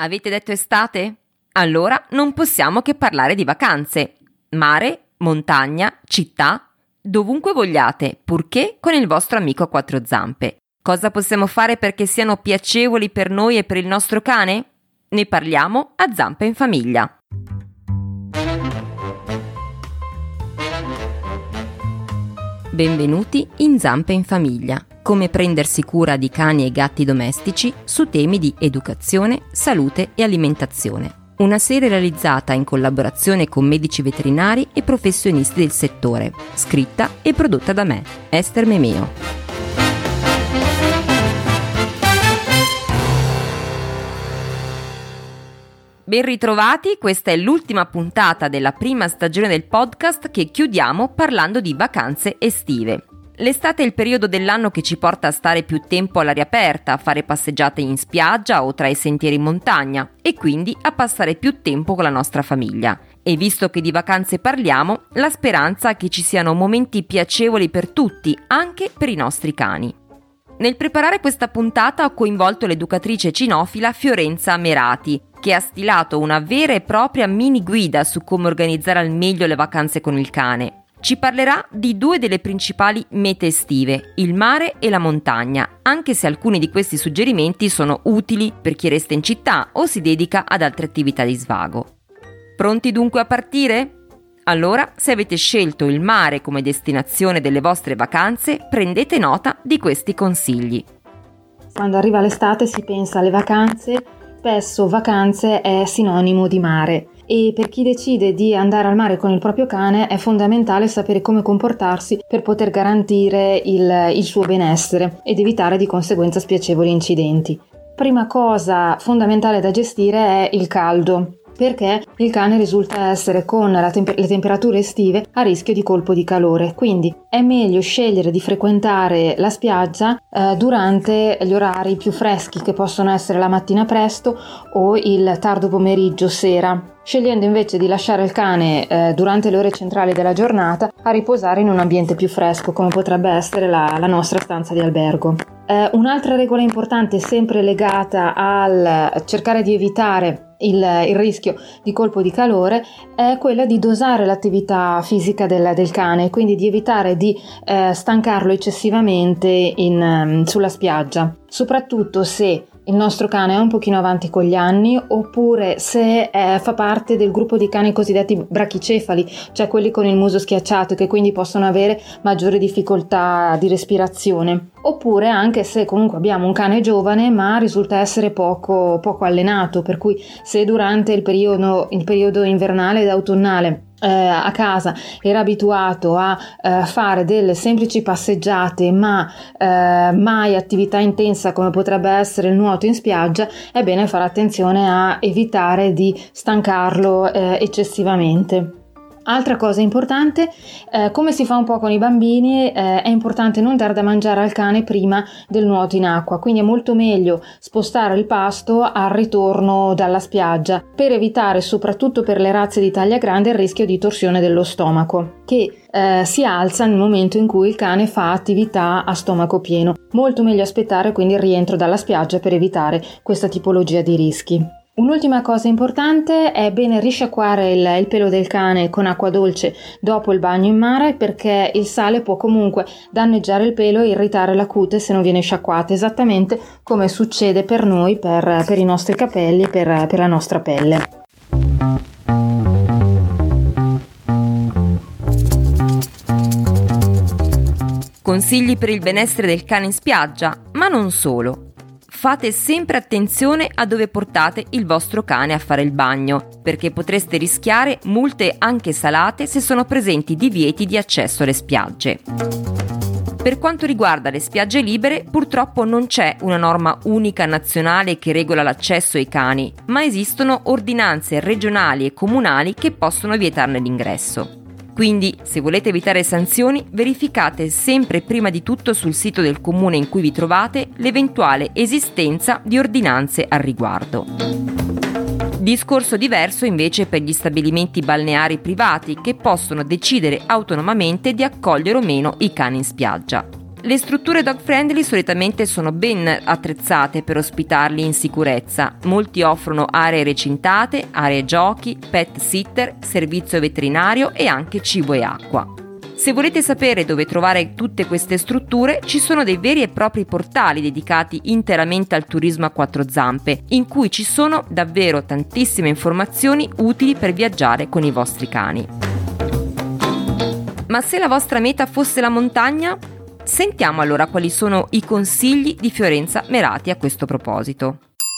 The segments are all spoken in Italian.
Avete detto estate? Allora non possiamo che parlare di vacanze. Mare, montagna, città, dovunque vogliate, purché con il vostro amico a quattro zampe. Cosa possiamo fare perché siano piacevoli per noi e per il nostro cane? Ne parliamo a Zampe in Famiglia. Benvenuti in Zampe in Famiglia, come prendersi cura di cani e gatti domestici su temi di educazione, salute e alimentazione. Una serie realizzata in collaborazione con medici veterinari e professionisti del settore, scritta e prodotta da me, Ester Memeo. Ben ritrovati, questa è l'ultima puntata della prima stagione del podcast che chiudiamo parlando di vacanze estive. L'estate è il periodo dell'anno che ci porta a stare più tempo all'aria aperta, a fare passeggiate in spiaggia o tra i sentieri in montagna e quindi a passare più tempo con la nostra famiglia. E visto che di vacanze parliamo, la speranza è che ci siano momenti piacevoli per tutti, anche per i nostri cani. Nel preparare questa puntata ho coinvolto l'educatrice cinofila Fiorenza Merati, che ha stilato una vera e propria mini guida su come organizzare al meglio le vacanze con il cane. Ci parlerà di due delle principali mete estive, il mare e la montagna, anche se alcuni di questi suggerimenti sono utili per chi resta in città o si dedica ad altre attività di svago. Pronti dunque a partire? Allora, se avete scelto il mare come destinazione delle vostre vacanze, prendete nota di questi consigli. Quando arriva l'estate si pensa alle vacanze, spesso vacanze è sinonimo di mare e per chi decide di andare al mare con il proprio cane è fondamentale sapere come comportarsi per poter garantire il suo benessere ed evitare di conseguenza spiacevoli incidenti. Prima cosa fondamentale da gestire è il caldo, perché il cane risulta essere con le temperature estive a rischio di colpo di calore, quindi è meglio scegliere di frequentare la spiaggia durante gli orari più freschi che possono essere la mattina presto o il tardo pomeriggio sera, scegliendo invece di lasciare il cane durante le ore centrali della giornata a riposare in un ambiente più fresco come potrebbe essere la nostra stanza di albergo. Un'altra regola importante, sempre legata al cercare di evitare il rischio di colpo di calore, è quella di dosare l'attività fisica del cane, quindi di evitare di stancarlo eccessivamente sulla spiaggia, soprattutto se il nostro cane è un pochino avanti con gli anni oppure se fa parte del gruppo di cani cosiddetti brachicefali, cioè quelli con il muso schiacciato che quindi possono avere maggiori difficoltà di respirazione, oppure anche se comunque abbiamo un cane giovane ma risulta essere poco allenato, per cui se durante il periodo invernale ed autunnale a casa era abituato a fare delle semplici passeggiate ma mai attività intensa come potrebbe essere il nuoto in spiaggia, è bene fare attenzione a evitare di stancarlo eccessivamente. Altra cosa importante, come si fa un po' con i bambini, è importante non dar da mangiare al cane prima del nuoto in acqua, quindi è molto meglio spostare il pasto al ritorno dalla spiaggia per evitare, soprattutto per le razze di taglia grande, il rischio di torsione dello stomaco che si alza nel momento in cui il cane fa attività a stomaco pieno. Molto meglio aspettare quindi il rientro dalla spiaggia per evitare questa tipologia di rischi. Un'ultima cosa importante, è bene risciacquare il pelo del cane con acqua dolce dopo il bagno in mare, perché il sale può comunque danneggiare il pelo e irritare la cute se non viene sciacquata, esattamente come succede per noi, per i nostri capelli e per la nostra pelle. Consigli per il benessere del cane in spiaggia, ma non solo. Fate sempre attenzione a dove portate il vostro cane a fare il bagno, perché potreste rischiare multe anche salate se sono presenti divieti di accesso alle spiagge. Per quanto riguarda le spiagge libere, purtroppo non c'è una norma unica nazionale che regola l'accesso ai cani, ma esistono ordinanze regionali e comunali che possono vietarne l'ingresso. Quindi, se volete evitare sanzioni, verificate sempre prima di tutto sul sito del comune in cui vi trovate l'eventuale esistenza di ordinanze al riguardo. Discorso diverso invece per gli stabilimenti balneari privati che possono decidere autonomamente di accogliere o meno i cani in spiaggia. Le strutture dog friendly solitamente sono ben attrezzate per ospitarli in sicurezza. Molti offrono aree recintate, aree giochi, pet sitter, servizio veterinario e anche cibo e acqua. Se volete sapere dove trovare tutte queste strutture, ci sono dei veri e propri portali dedicati interamente al turismo a quattro zampe, in cui ci sono davvero tantissime informazioni utili per viaggiare con i vostri cani. Ma se la vostra meta fosse la montagna? Sentiamo allora quali sono i consigli di Fiorenza Merati a questo proposito.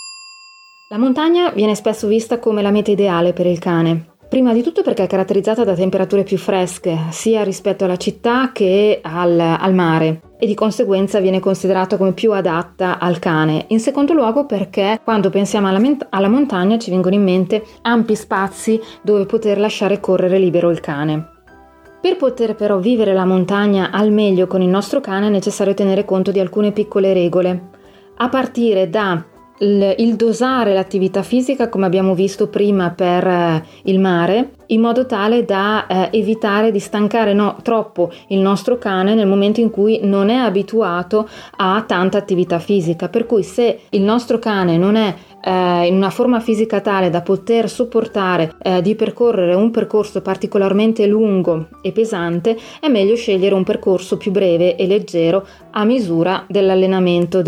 La montagna viene spesso vista come la meta ideale per il cane. Prima di tutto perché è caratterizzata da temperature più fresche, sia rispetto alla città che al mare, e di conseguenza viene considerata come più adatta al cane. In secondo luogo perché quando pensiamo alla montagna ci vengono in mente ampi spazi dove poter lasciare correre libero il cane. Per poter però vivere la montagna al meglio con il nostro cane è necessario tenere conto di alcune piccole regole, a partire da il dosare l'attività fisica, come abbiamo visto prima per il mare, in modo tale da evitare di stancare troppo il nostro cane nel momento in cui non è abituato a tanta attività fisica. Per cui se il nostro cane non è in una forma fisica tale da poter sopportare di percorrere un percorso particolarmente lungo e pesante, è meglio scegliere un percorso più breve e leggero a misura dell'allenamento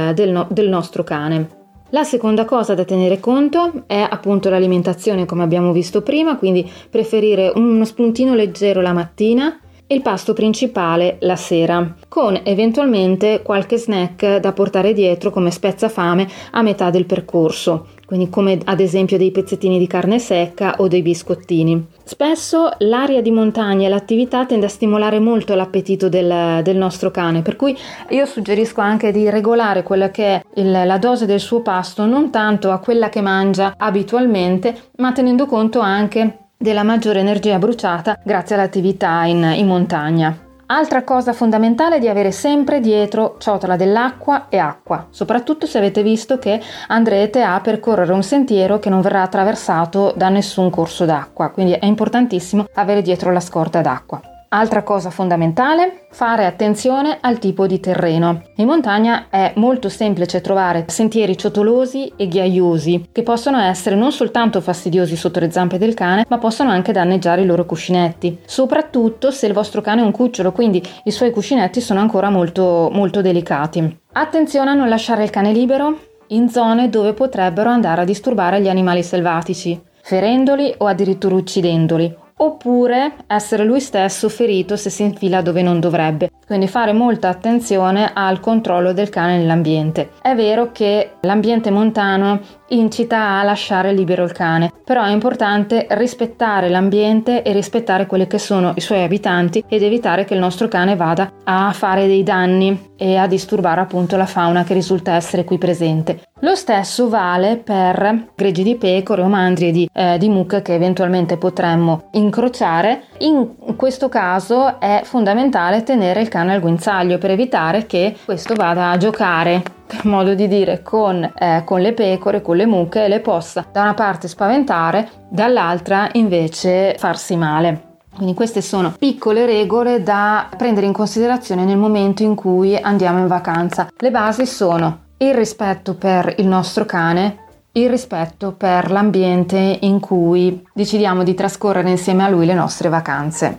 del nostro cane. La seconda cosa da tenere conto è appunto l'alimentazione, come abbiamo visto prima, quindi preferire uno spuntino leggero la mattina e il pasto principale la sera, con eventualmente qualche snack da portare dietro come spezzafame a metà del percorso, quindi come ad esempio dei pezzettini di carne secca o dei biscottini. Spesso l'area di montagna e l'attività tende a stimolare molto l'appetito del nostro cane, per cui io suggerisco anche di regolare quella che è la dose del suo pasto non tanto a quella che mangia abitualmente, ma tenendo conto anche della maggiore energia bruciata grazie all'attività in montagna. Altra cosa fondamentale è di avere sempre dietro ciotola dell'acqua e acqua, soprattutto se avete visto che andrete a percorrere un sentiero che non verrà attraversato da nessun corso d'acqua, quindi è importantissimo avere dietro la scorta d'acqua. Altra cosa fondamentale, fare attenzione al tipo di terreno. In montagna è molto semplice trovare sentieri ciotolosi e ghiaiosi, che possono essere non soltanto fastidiosi sotto le zampe del cane, ma possono anche danneggiare i loro cuscinetti, soprattutto se il vostro cane è un cucciolo, quindi i suoi cuscinetti sono ancora molto, molto delicati. Attenzione a non lasciare il cane libero in zone dove potrebbero andare a disturbare gli animali selvatici, ferendoli o addirittura uccidendoli, oppure essere lui stesso ferito se si infila dove non dovrebbe. Quindi fare molta attenzione al controllo del cane nell'ambiente. È vero che l'ambiente montano incita a lasciare libero il cane, però è importante rispettare l'ambiente e rispettare quelli che sono i suoi abitanti ed evitare che il nostro cane vada a fare dei danni e a disturbare appunto la fauna che risulta essere qui presente. Lo stesso vale per greggi di pecore o mandrie di mucche che eventualmente potremmo incrociare. In questo caso è fondamentale tenere il cane al guinzaglio per evitare che questo vada a giocare, per modo di dire, con le pecore, con le mucche, e le possa da una parte spaventare, dall'altra invece farsi male. Quindi queste sono piccole regole da prendere in considerazione nel momento in cui andiamo in vacanza. Le basi sono il rispetto per il nostro cane, il rispetto per l'ambiente in cui decidiamo di trascorrere insieme a lui le nostre vacanze.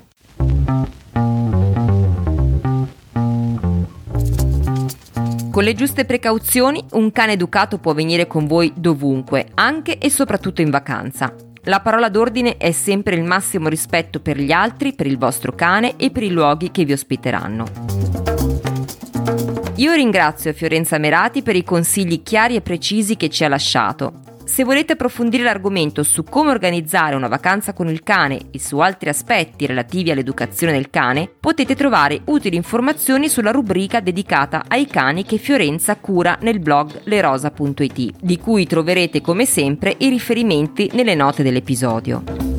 Con le giuste precauzioni, un cane educato può venire con voi dovunque, anche e soprattutto in vacanza. La parola d'ordine è sempre il massimo rispetto per gli altri, per il vostro cane e per i luoghi che vi ospiteranno. Io ringrazio Fiorenza Merati per i consigli chiari e precisi che ci ha lasciato. Se volete approfondire l'argomento su come organizzare una vacanza con il cane e su altri aspetti relativi all'educazione del cane, potete trovare utili informazioni sulla rubrica dedicata ai cani che Fiorenza cura nel blog lerosa.it, di cui troverete come sempre i riferimenti nelle note dell'episodio.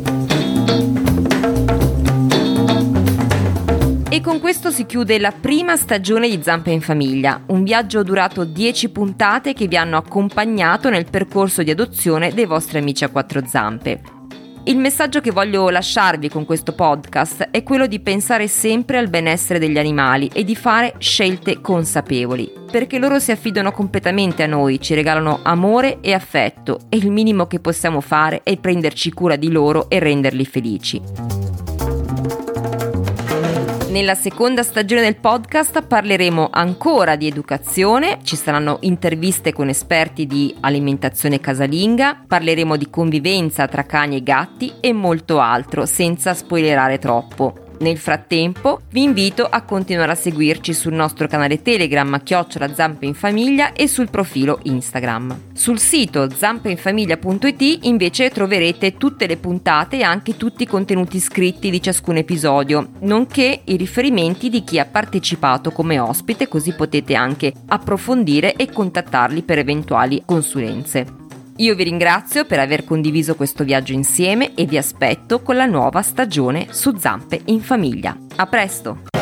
E con questo si chiude la prima stagione di Zampe in Famiglia, un viaggio durato 10 puntate che vi hanno accompagnato nel percorso di adozione dei vostri amici a quattro zampe. Il messaggio che voglio lasciarvi con questo podcast è quello di pensare sempre al benessere degli animali e di fare scelte consapevoli, perché loro si affidano completamente a noi, ci regalano amore e affetto e il minimo che possiamo fare è prenderci cura di loro e renderli felici. Nella seconda stagione del podcast parleremo ancora di educazione, ci saranno interviste con esperti di alimentazione casalinga, parleremo di convivenza tra cani e gatti e molto altro, senza spoilerare troppo. Nel frattempo vi invito a continuare a seguirci sul nostro canale Telegram @zampeinfamiglia e sul profilo Instagram. Sul sito zampeinfamiglia.it invece troverete tutte le puntate e anche tutti i contenuti scritti di ciascun episodio, nonché i riferimenti di chi ha partecipato come ospite, così potete anche approfondire e contattarli per eventuali consulenze. Io vi ringrazio per aver condiviso questo viaggio insieme e vi aspetto con la nuova stagione su Zampe in Famiglia. A presto!